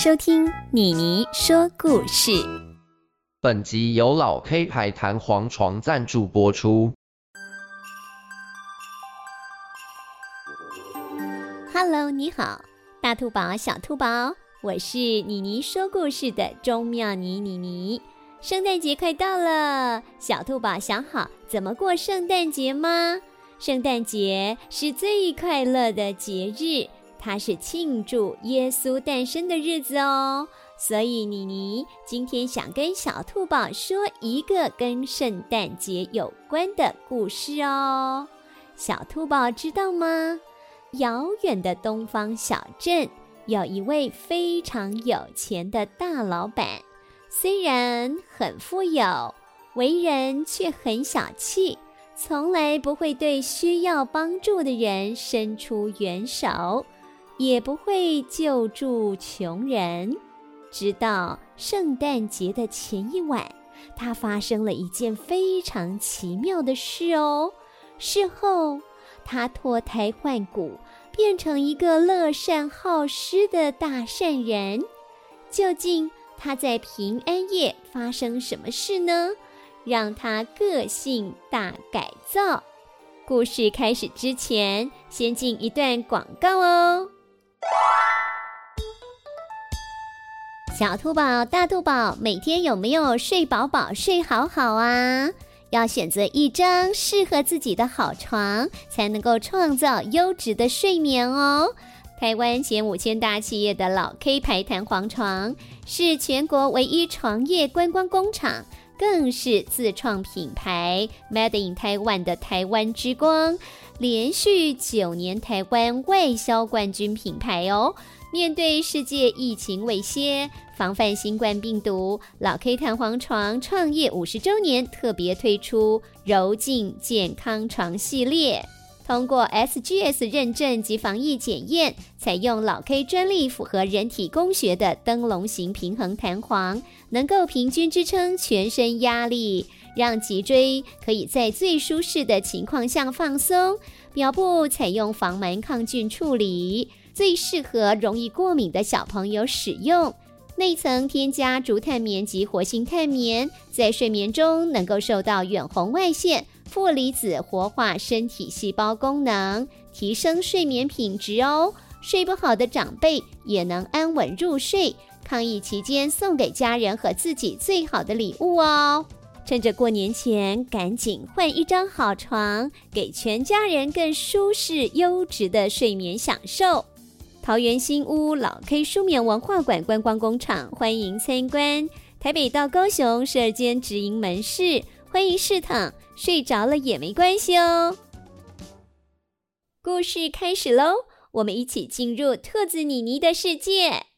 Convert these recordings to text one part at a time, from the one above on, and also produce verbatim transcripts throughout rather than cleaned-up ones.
收听妮妮说故事。 本集由老 K 牌弹簧床赞助播出。 Hello， 你好，大兔宝、小兔宝，我是妮妮说故事的钟妙妮妮妮。圣诞节快到了，小兔宝想好怎么过圣诞节吗？圣诞节是最快乐的节日，它是庆祝耶稣诞生的日子哦。所以妮妮今天想跟小兔宝说一个跟圣诞节有关的故事哦。小兔宝知道吗？遥远的东方小镇有一位非常有钱的大老板，虽然很富有，为人却很小气，从来不会对需要帮助的人伸出援手，也不会救助穷人。直到圣诞节的前一晚，他发生了一件非常奇妙的事哦。事后，他脱胎换骨，变成一个乐善好施的大善人。究竟他在平安夜发生什么事呢？让他个性大改造。故事开始之前，先进一段广告哦。小兔宝、大兔宝，每天有没有睡饱饱、睡好好啊？要选择一张适合自己的好床，才能够创造优质的睡眠哦。台湾前五千大企业的老 K 牌弹簧床，是全国唯一床业观光工厂，更是自创品牌 Made in Taiwan 的台湾之光，连续九年台湾外销冠军品牌哦。面对世界疫情威胁，防范新冠病毒，老 K 弹簧床创业五十周年特别推出柔净健康床系列，通过 S G S 认证及防疫检验，采用老 K 专利符合人体工学的灯笼型平衡弹簧，能够平均支撑全身压力，让脊椎可以在最舒适的情况下放松。表布采用防螨抗菌处理，最适合容易过敏的小朋友使用。内层添加竹炭棉及活性炭棉，在睡眠中能够受到远红外线、负离子活化身体细胞功能，提升睡眠品质哦。睡不好的长辈也能安稳入睡，抗疫期间送给家人和自己最好的礼物哦。趁着过年前，赶紧换一张好床，给全家人更舒适优质的睡眠享受。桃园新屋老 K 舒眠文化馆观光工厂欢迎参观，台北到高雄十二间直营门市，欢迎试躺，睡着了也没关系哦。故事开始喽，我们一起进入兔子妮妮的世界。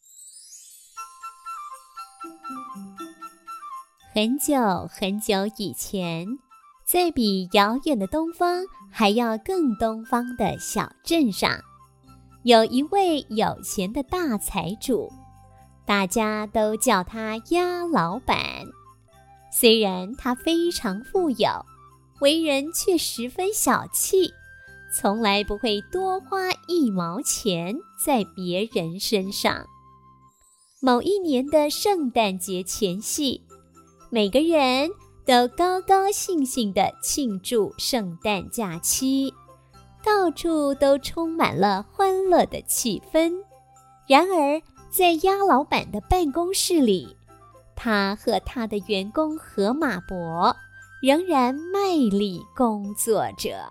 很久很久以前，在比遥远的东方还要更东方的小镇上，有一位有钱的大财主，大家都叫他鸭老板。虽然他非常富有，为人却十分小气，从来不会多花一毛钱在别人身上。某一年的圣诞节前夕，每个人都高高兴兴地庆祝圣诞假期，到处都充满了欢乐的气氛。然而，在鸭老板的办公室里，他和他的员工河马伯仍然卖力工作着。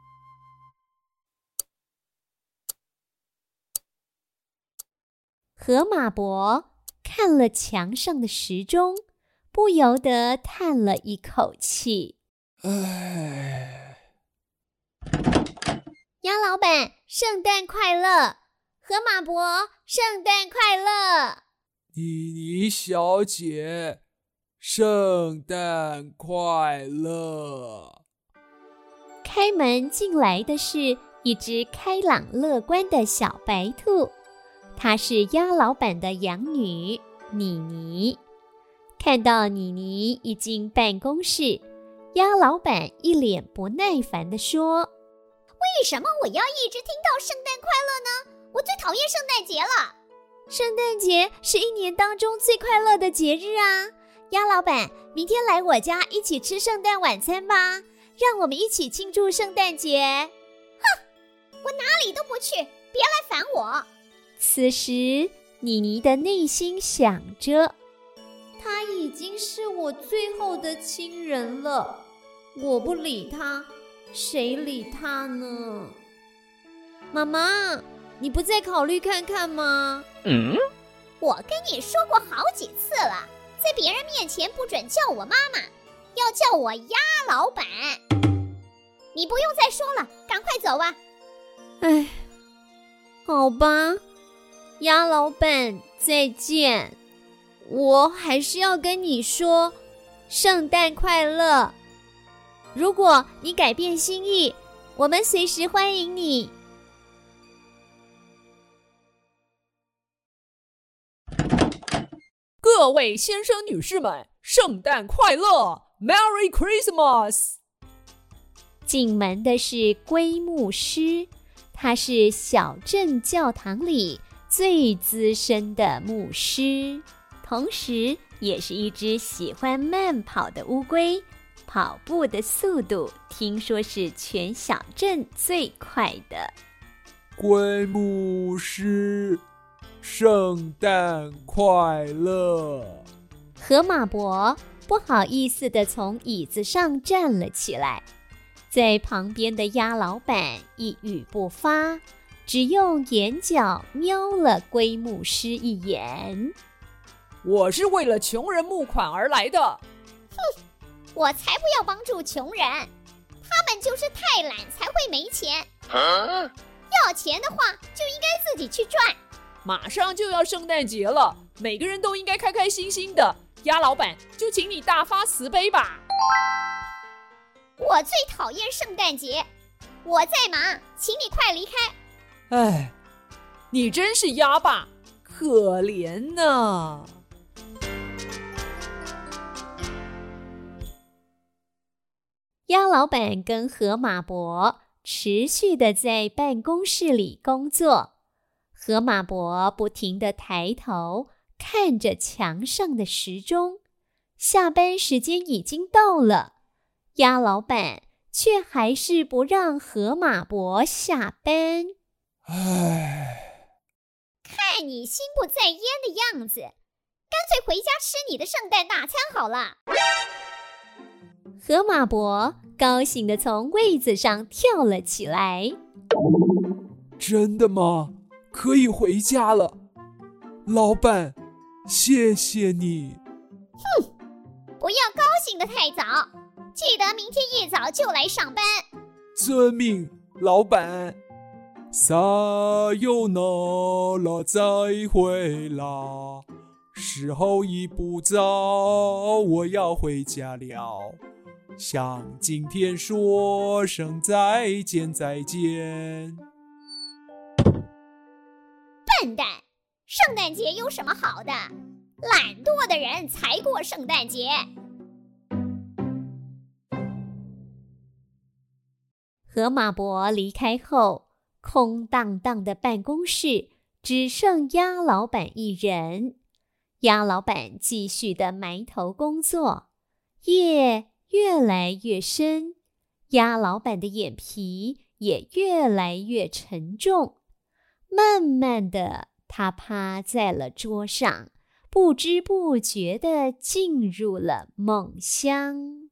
河马伯看了墙上的时钟，不由得叹了一口气。唉，鸭老板，圣诞快乐！河马伯，圣诞快乐！ 妮妮小姐，圣诞快乐！ 开门进来的是一只开朗乐观的小白兔，她是鸭老板的养女妮妮。看到妮妮一进办公室，鸭老板一脸不耐烦地说： 为什么我要一直听到圣诞快乐呢？我最讨厌圣诞节了。 圣诞节是一年当中最快乐的节日啊！鸭老板，明天来我家一起吃圣诞晚餐吧，让我们一起庆祝圣诞节。 哼，我哪里都不去，别来烦我。 此时，妮妮的内心想着，他已经是我最后的亲人了，我不理他，谁理他呢？妈妈，你不再考虑看看吗？ 嗯，我跟你说过好几次了，在别人面前不准叫我妈妈，要叫我鸭老板。你不用再说了，赶快走吧。 哎，好吧，鸭老板再见。我还是要跟你说，圣诞快乐。如果你改变心意，我们随时欢迎你。 各位先生女士们，圣诞快乐 Merry Christmas。 进门的是龟牧师，他是小镇教堂里最资深的牧师，同时也是一只喜欢慢跑的乌龟，跑步的速度听说是全小镇最快的。 龟牧师，圣诞快乐！ 河马伯不好意思地从椅子上站了起来，在旁边的鸭老板一语不发，只用眼角瞄了龟牧师一眼。 我是为了穷人募款而来的。 哼，我才不要帮助穷人，他们就是太懒才会没钱。啊？要钱的话就应该自己去赚。 马上就要圣诞节了，每个人都应该开开心心的。鸭老板，就请你大发慈悲吧。 我最讨厌圣诞节，我在忙，请你快离开。 哎，你真是鸭爸，可怜呐。 鸭老板跟河马伯持续的在办公室里工作，河马伯不停地抬头看着墙上的时钟，下班时间已经到了，鸭老板却还是不让河马伯下班。 唉， 看你心不在焉的样子，干脆回家吃你的圣诞大餐好了。 河马伯高兴地从位子上跳了起来。 真的吗？可以回家了。老板，谢谢你。 哼，不要高兴得太早，记得明天一早就来上班。 遵命，老板。撒由那拉，再会啦。时候已不早，我要回家了。向今天说声再见再见。 笨蛋，圣诞节有什么好的？懒惰的人才过圣诞节。 河马伯离开后，空荡荡的办公室只剩鸭老板一人。鸭老板继续的埋头工作，夜越来越深，鸭老板的眼皮也越来越沉重。慢慢的，他趴在了桌上，不知不觉地进入了梦乡。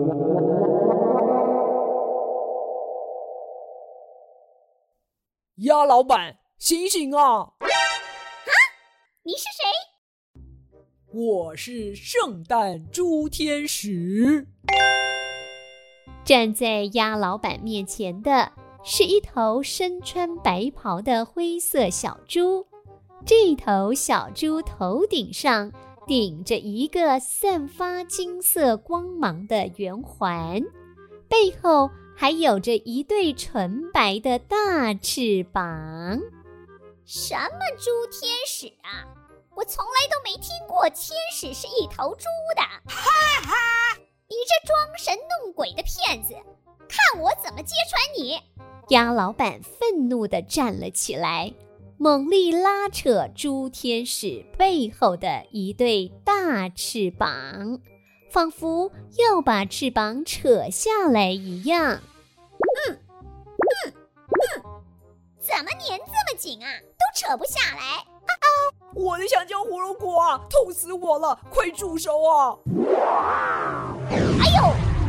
鸭老板，醒醒啊！啊， 你是谁？ 我是圣诞猪天使。 站在鸭老板面前的是一头身穿白袍的灰色小猪，这头小猪头顶上顶着一个散发金色光芒的圆环，背后还有着一对纯白的大翅膀。 什么猪天使啊？我从来都没听过天使是一头猪的。哈哈，你这装神弄鬼的骗子，看我怎么揭穿你！ 鸭老板愤怒地站了起来， 猛力拉扯猪天使背后的一对大翅膀，仿佛要把翅膀扯下来一样。 嗯嗯嗯，怎么粘这么紧啊？都扯不下来。啊啊！ 我的香蕉火龙果啊，痛死我了！快住手啊！ 哎呦！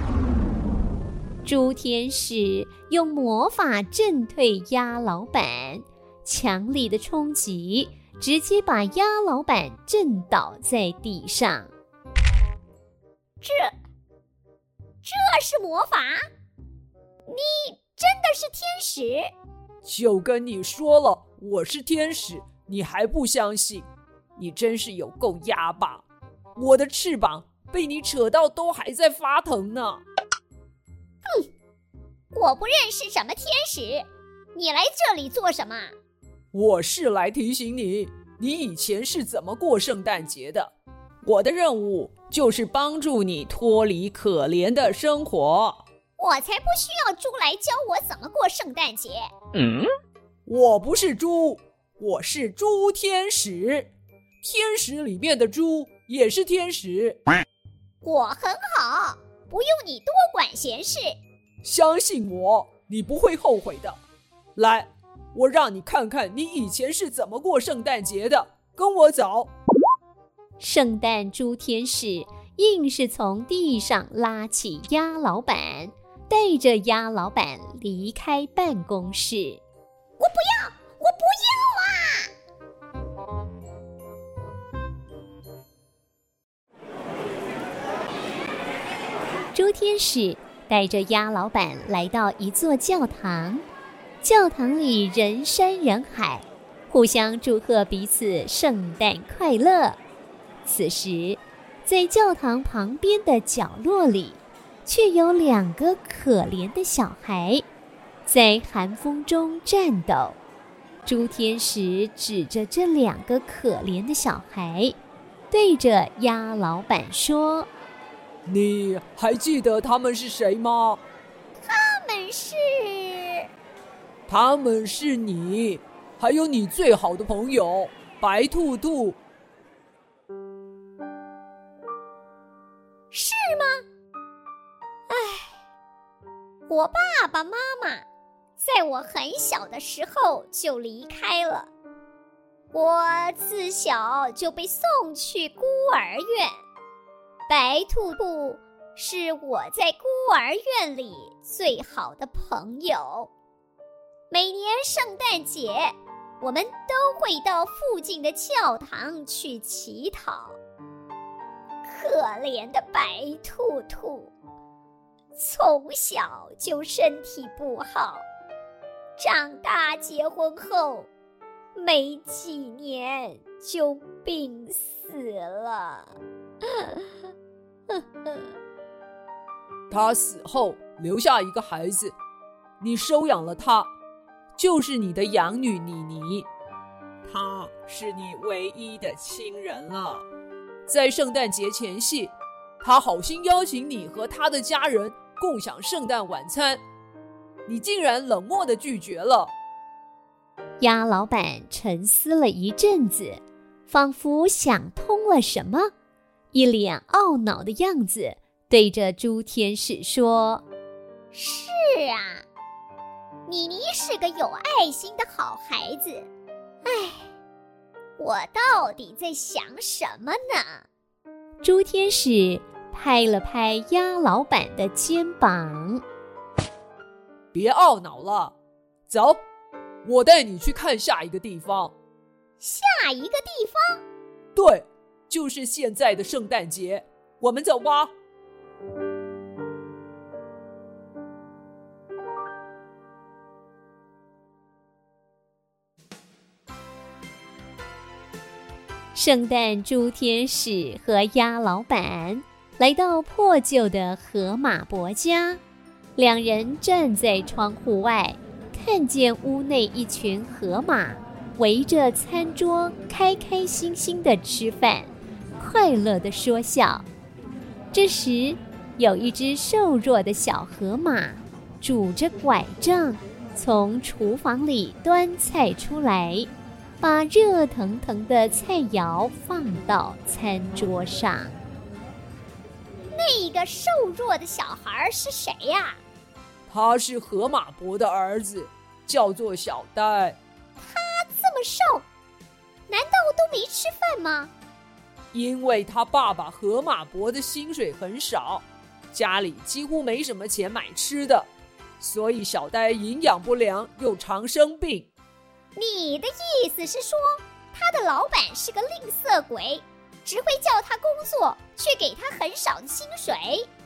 猪天使用魔法震退鸭老板，强力的冲击直接把鸭老板震倒在地上。 这这是魔法？你真的是天使？ 就跟你说了，我是天使，你还不相信？你真是有够哑巴！我的翅膀被你扯到都还在发疼呢。 哼，我不认识什么天使，你来这里做什么？ 我是来提醒你，你以前是怎么过圣诞节的。我的任务就是帮助你脱离可怜的生活。 我才不需要猪来教我怎么过圣诞节。 嗯，我不是猪，我是猪天使。天使里面的猪也是天使。 我很好，不用你多管闲事。 相信我，你不会后悔的。来，我让你看看你以前是怎么过圣诞节的，跟我走。 圣诞猪天使硬是从地上拉起鸭老板，带着鸭老板离开办公室。 我不要，我不要啊！ 猪天使带着鸭老板来到一座教堂，教堂里人山人海，互相祝贺彼此圣诞快乐。此时，在教堂旁边的角落里，却有两个可怜的小孩，在寒风中颤抖。猪天使指着这两个可怜的小孩，对着鸭老板说： 你还记得他们是谁吗？ 他们是…… 他们是你，还有你最好的朋友白兔兔。 是吗？唉，我爸爸妈妈在我很小的时候就离开了，我自小就被送去孤儿院。白兔兔是我在孤儿院里最好的朋友。每年圣诞节，我们都会到附近的教堂去乞讨。可怜的白兔兔，从小就身体不好，长大结婚后，没几年就病死了。 他死后留下一个孩子，你收养了他，就是你的养女妮妮，她是你唯一的亲人了。在圣诞节前夕，他好心邀请你和他的家人共享圣诞晚餐，你竟然冷漠地拒绝了。 鸭老板沉思了一阵子，仿佛想通了什么，一脸懊恼的样子，对着猪天使说： 是啊，妮妮是个有爱心的好孩子。唉，我到底在想什么呢？ 猪天使拍了拍鸭老板的肩膀： 别懊恼了，走，我带你去看下一个地方。 下一个地方？ 对，就是现在的圣诞节，我们走吧。 圣诞猪天使和鸭老板来到破旧的河马伯家，两人站在窗户外，看见屋内一群河马围着餐桌开开心心地吃饭，快乐地说笑。这时，有一只瘦弱的小河马拄着拐杖从厨房里端菜出来， 把热腾腾的菜肴放到餐桌上。 那个瘦弱的小孩是谁呀？ 他是河马伯的儿子，叫做小呆。 他这么瘦，难道都没吃饭吗？ 因为他爸爸河马伯的薪水很少，家里几乎没什么钱买吃的，所以小呆营养不良又常生病。 你的意思是说，他的老板是个吝啬鬼，只会叫他工作，却给他很少的薪水？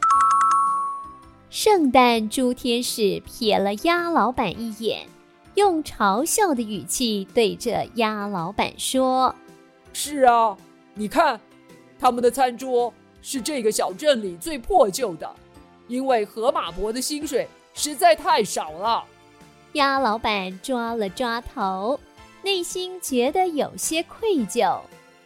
圣诞猪天使瞥了鸭老板一眼，用嘲笑的语气对着鸭老板说： 是啊，你看，他们的餐桌是这个小镇里最破旧的，因为河马伯的薪水实在太少了。 鸭老板抓了抓头，内心觉得有些愧疚。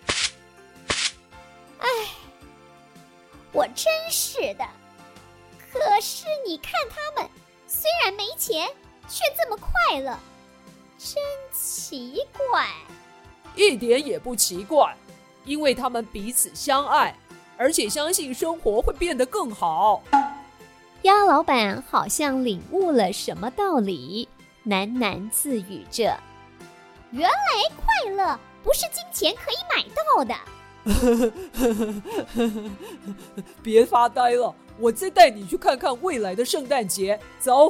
唉，我真是的。可是你看他们，虽然没钱，却这么快乐，真奇怪。 一点也不奇怪，因为他们彼此相爱，而且相信生活会变得更好。 鸭老板好像领悟了什么道理，喃喃自语着： 原来快乐不是金钱可以买到的。 别发呆了，我再带你去看看未来的圣诞节，走。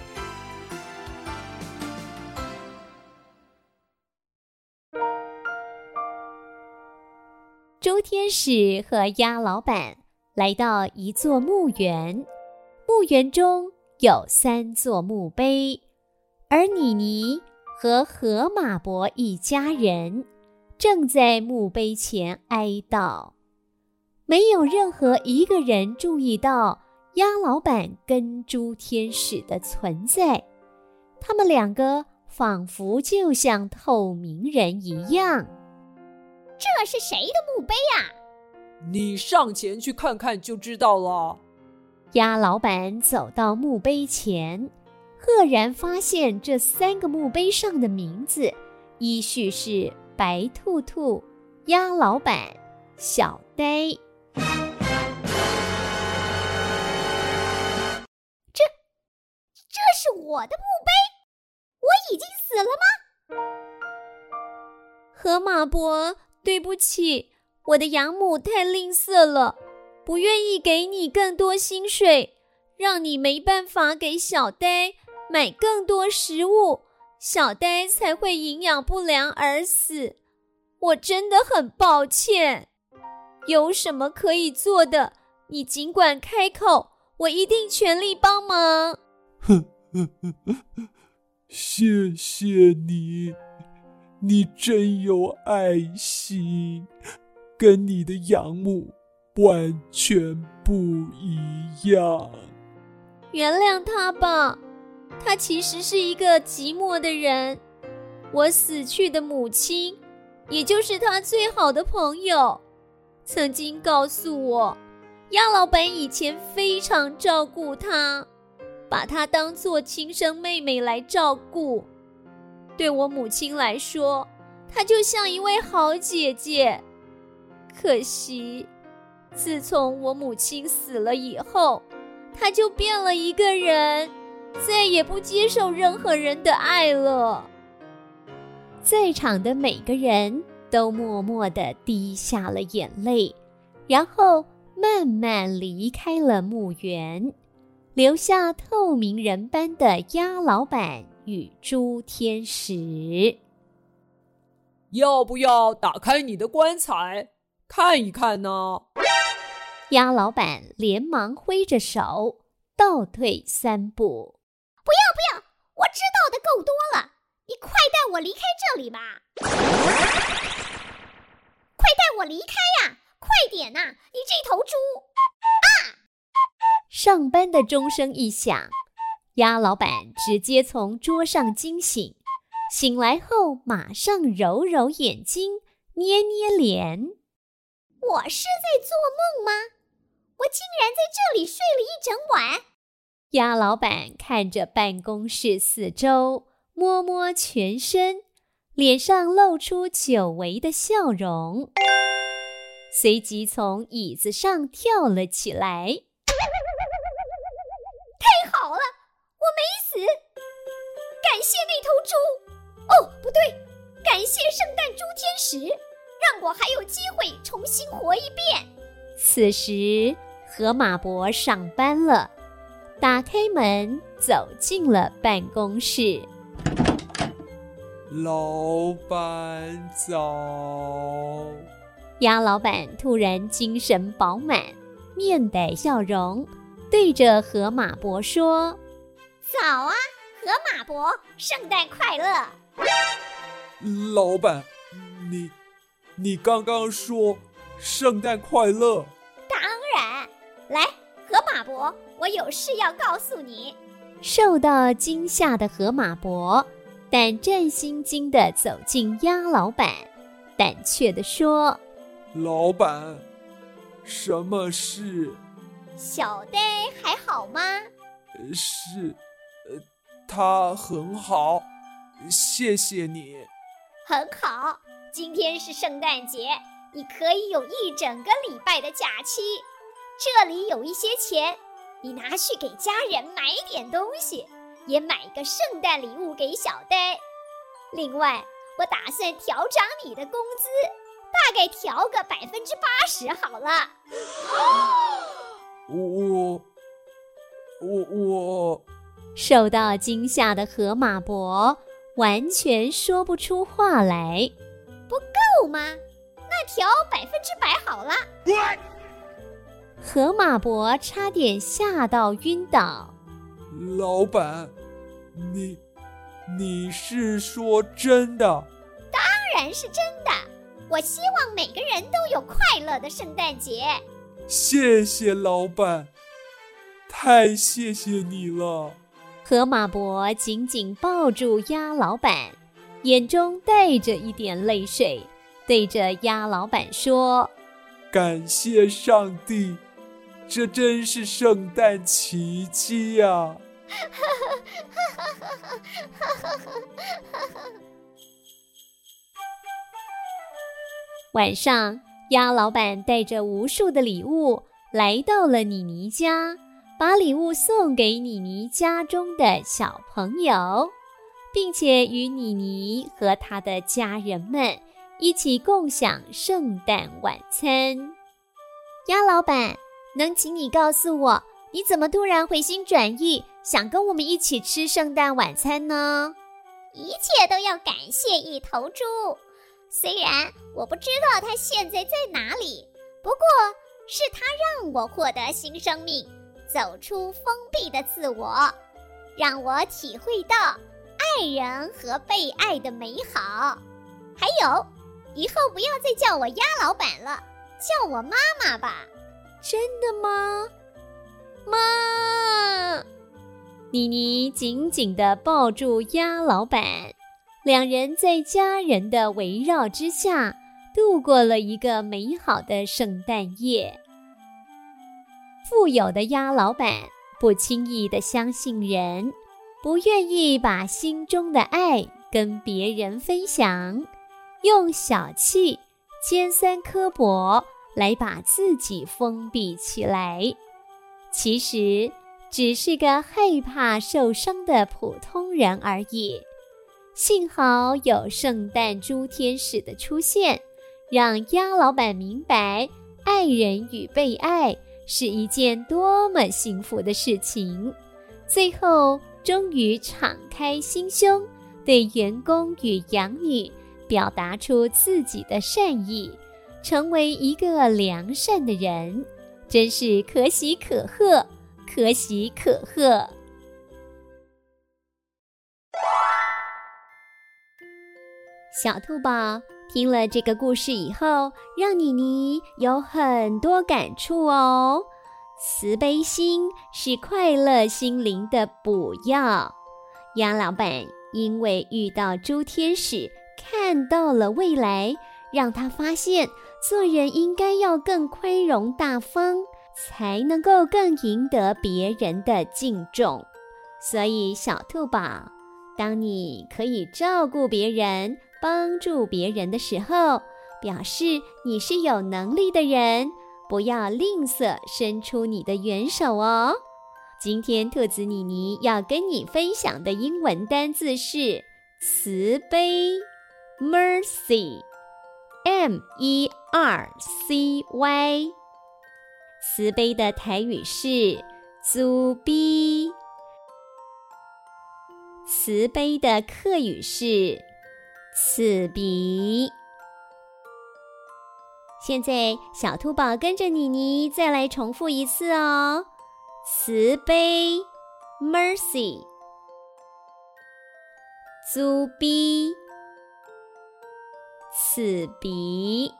猪天使和鸭老板来到一座墓园，墓园中有三座墓碑，而妮妮和河马伯一家人正在墓碑前哀悼。没有任何一个人注意到鸭老板跟猪天使的存在，他们两个仿佛就像透明人一样。 这是谁的墓碑啊？ 你上前去看看就知道了。 鸭老板走到墓碑前，赫然发现这三个墓碑上的名字依序是白兔兔、鸭老板、小呆。 这这是我的墓碑？我已经死了吗？ 河马伯，对不起，我的养母太吝啬了，不愿意给你更多薪水，让你没办法给小呆买更多食物，小呆才会营养不良而死。我真的很抱歉。有什么可以做的，你尽管开口，我一定全力帮忙。 谢谢你，你真有爱心，跟你的养母完全不一样。 原谅他吧，他其实是一个寂寞的人。我死去的母亲，也就是他最好的朋友，曾经告诉我，鸭老板以前非常照顾他，把他当作亲生妹妹来照顾。对我母亲来说，她就像一位好姐姐。可惜，自从我母亲死了以后，她就变了一个人，再也不接受任何人的爱了。在场的每个人都默默地滴下了眼泪，然后慢慢离开了墓园，留下透明人般的鸭老板与猪天使。 要不要打开你的棺材看一看呢？ 鸭老板连忙挥着手，倒退三步。 不要不要，我知道的够多了，你快带我离开这里吧。快带我离开呀，快点啊，你这头猪啊！ 上班的钟声一响，鸭老板直接从桌上惊醒，醒来后马上揉揉眼睛，捏捏脸。 我是在做梦吗？我竟然在这里睡了一整晚。 鸭老板看着办公室四周，摸摸全身， 脸上露出久违的笑容，随即从椅子上跳了起来。 太好了，我没死！感谢那头猪，哦，不对，感谢圣诞猪天使，让我还有机会重新活一遍。 此时，河马伯上班了，打开门走进了办公室。 老板早。 鸭老板突然精神饱满，面带笑容，对着河马伯说： 早啊，河马伯，圣诞快乐！ 老板，你你刚刚说圣诞快乐？ 当然，来，河马伯，我有事要告诉你。 受到惊吓的河马伯胆战心惊地走进鸭老板，胆怯地说： 老板，什么事？ 小呆还好吗？ 是，呃，他很好，谢谢你。 很好，今天是圣诞节，你可以有一整个礼拜的假期。这里有一些钱，你拿去给家人买点东西，也买个圣诞礼物给小呆。另外，我打算调涨你的工资，大概调个百分之八十好了。 我我我受到惊吓的河马伯完全说不出话来。 不够吗？那调百分之百好了。 河马伯差点吓到晕倒。 老板，你你是说真的？ 当然是真的，我希望每个人都有快乐的圣诞节。 谢谢老板，太谢谢你了。 河马伯紧紧抱住鸭老板，眼中带着一点泪水，对着鸭老板说： 感谢上帝，这真是圣诞奇迹呀！ 晚上，鸭老板带着无数的礼物来到了妮妮家，把礼物送给妮妮家中的小朋友，并且与妮妮和她的家人们一起共享圣诞晚餐。鸭老板，能请你告诉我，你怎么突然回心转意，想跟我们一起吃圣诞晚餐呢？ 一切都要感谢一头猪。虽然我不知道他现在在哪里，不过是他让我获得新生命，走出封闭的自我，让我体会到爱人和被爱的美好。还有，以后不要再叫我鸭老板了，叫我妈妈吧。 真的吗？妈！妮妮紧紧地抱住鸭老板，两人在家人的围绕之下度过了一个美好的圣诞夜。富有的鸭老板不轻易地相信人，不愿意把心中的爱跟别人分享，用小气、尖酸刻薄来把自己封闭起来。其实只是个害怕受伤的普通人而已。幸好有圣诞猪天使的出现，让鸭老板明白爱人与被爱是一件多么幸福的事情。最后终于敞开心胸，对员工与养女表达出自己的善意，成为一个良善的人，真是可喜可贺，可喜可贺。小兔宝听了这个故事以后，让妮妮有很多感触哦。慈悲心是快乐心灵的补药。鸭老板因为遇到猪天使，看到了未来，让他发现做人应该要更宽容大方，才能够更赢得别人的敬重。所以小兔宝，当你可以照顾别人， 帮助别人的时候，表示你是有能力的人，不要吝啬伸出你的援手哦。今天兔子妮妮要跟你分享的英文单字是慈悲 Mercy M E R C Y。 慈悲的台语是慈悲，慈悲的客语是慈悲。现在小兔宝跟着妮妮再来重复一次哦，慈悲 Mercy， 慈悲，慈悲。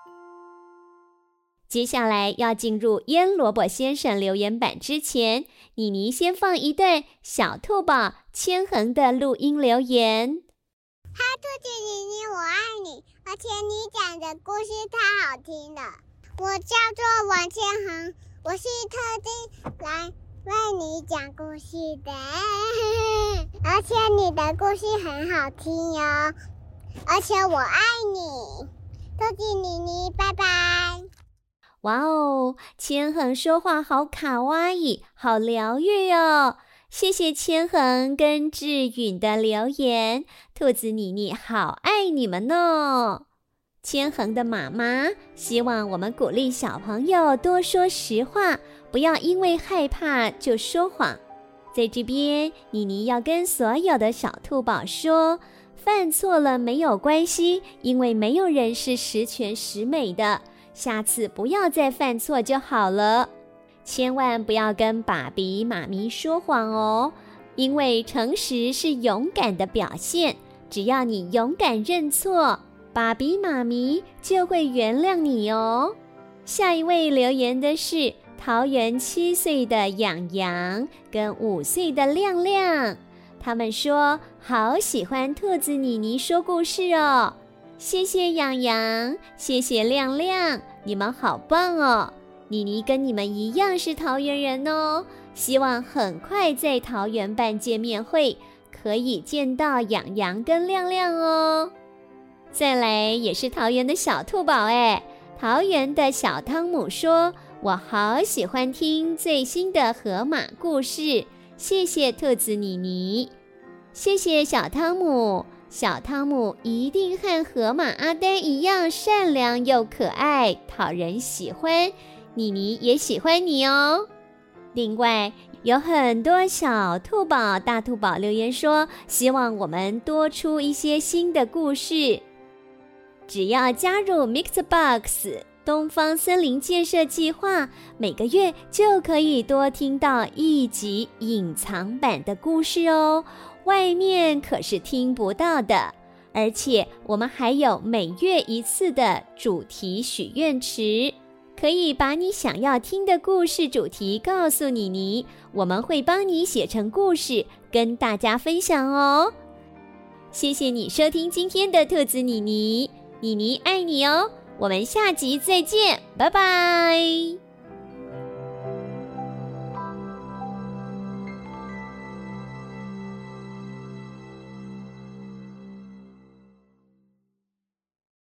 接下来要进入腌萝卜先生留言板之前，妮妮先放一段小兔宝千恒的录音留言。 哈，兔子妮妮，我爱你，而且你讲的故事太好听了。我叫做王千恒，我是特地来为你讲故事的，而且你的故事很好听哟，而且我爱你，兔子妮妮，拜拜。 哇哦，千恒说话好卡哇伊，好疗愈哦！谢谢千恒跟志允的留言，兔子妮妮好爱你们哦！千恒的妈妈希望我们鼓励小朋友多说实话，不要因为害怕就说谎。在这边，妮妮要跟所有的小兔宝说，犯错了没有关系，因为没有人是十全十美的。下次不要再犯错就好了，千万不要跟爸比妈咪说谎哦，因为诚实是勇敢的表现，只要你勇敢认错，爸比妈咪就会原谅你哦。下一位留言的是桃园七岁的养羊跟五岁的亮亮，他们说好喜欢兔子妮妮说故事哦。谢谢养羊，谢谢亮亮，你们好棒哦！妮妮跟你们一样是桃园人哦，希望很快在桃园办见面会，可以见到养羊跟亮亮哦。再来也是桃园的小兔宝哎，桃园的小汤姆说，我好喜欢听最新的河马故事，谢谢兔子妮妮，谢谢小汤姆。小汤姆一定和河马阿呆一样善良又可爱，讨人喜欢。妮妮也喜欢你哦。另外，有很多小兔宝、大兔宝留言说，希望我们多出一些新的故事。只要加入 Mixbox 东方森林建设计划，每个月就可以多听到一集隐藏版的故事哦。外面可是听不到的，而且我们还有每月一次的主题许愿池，可以把你想要听的故事主题告诉妮妮，我们会帮你写成故事跟大家分享哦。谢谢你收听今天的兔子妮妮，妮妮爱你哦，我们下集再见，拜拜。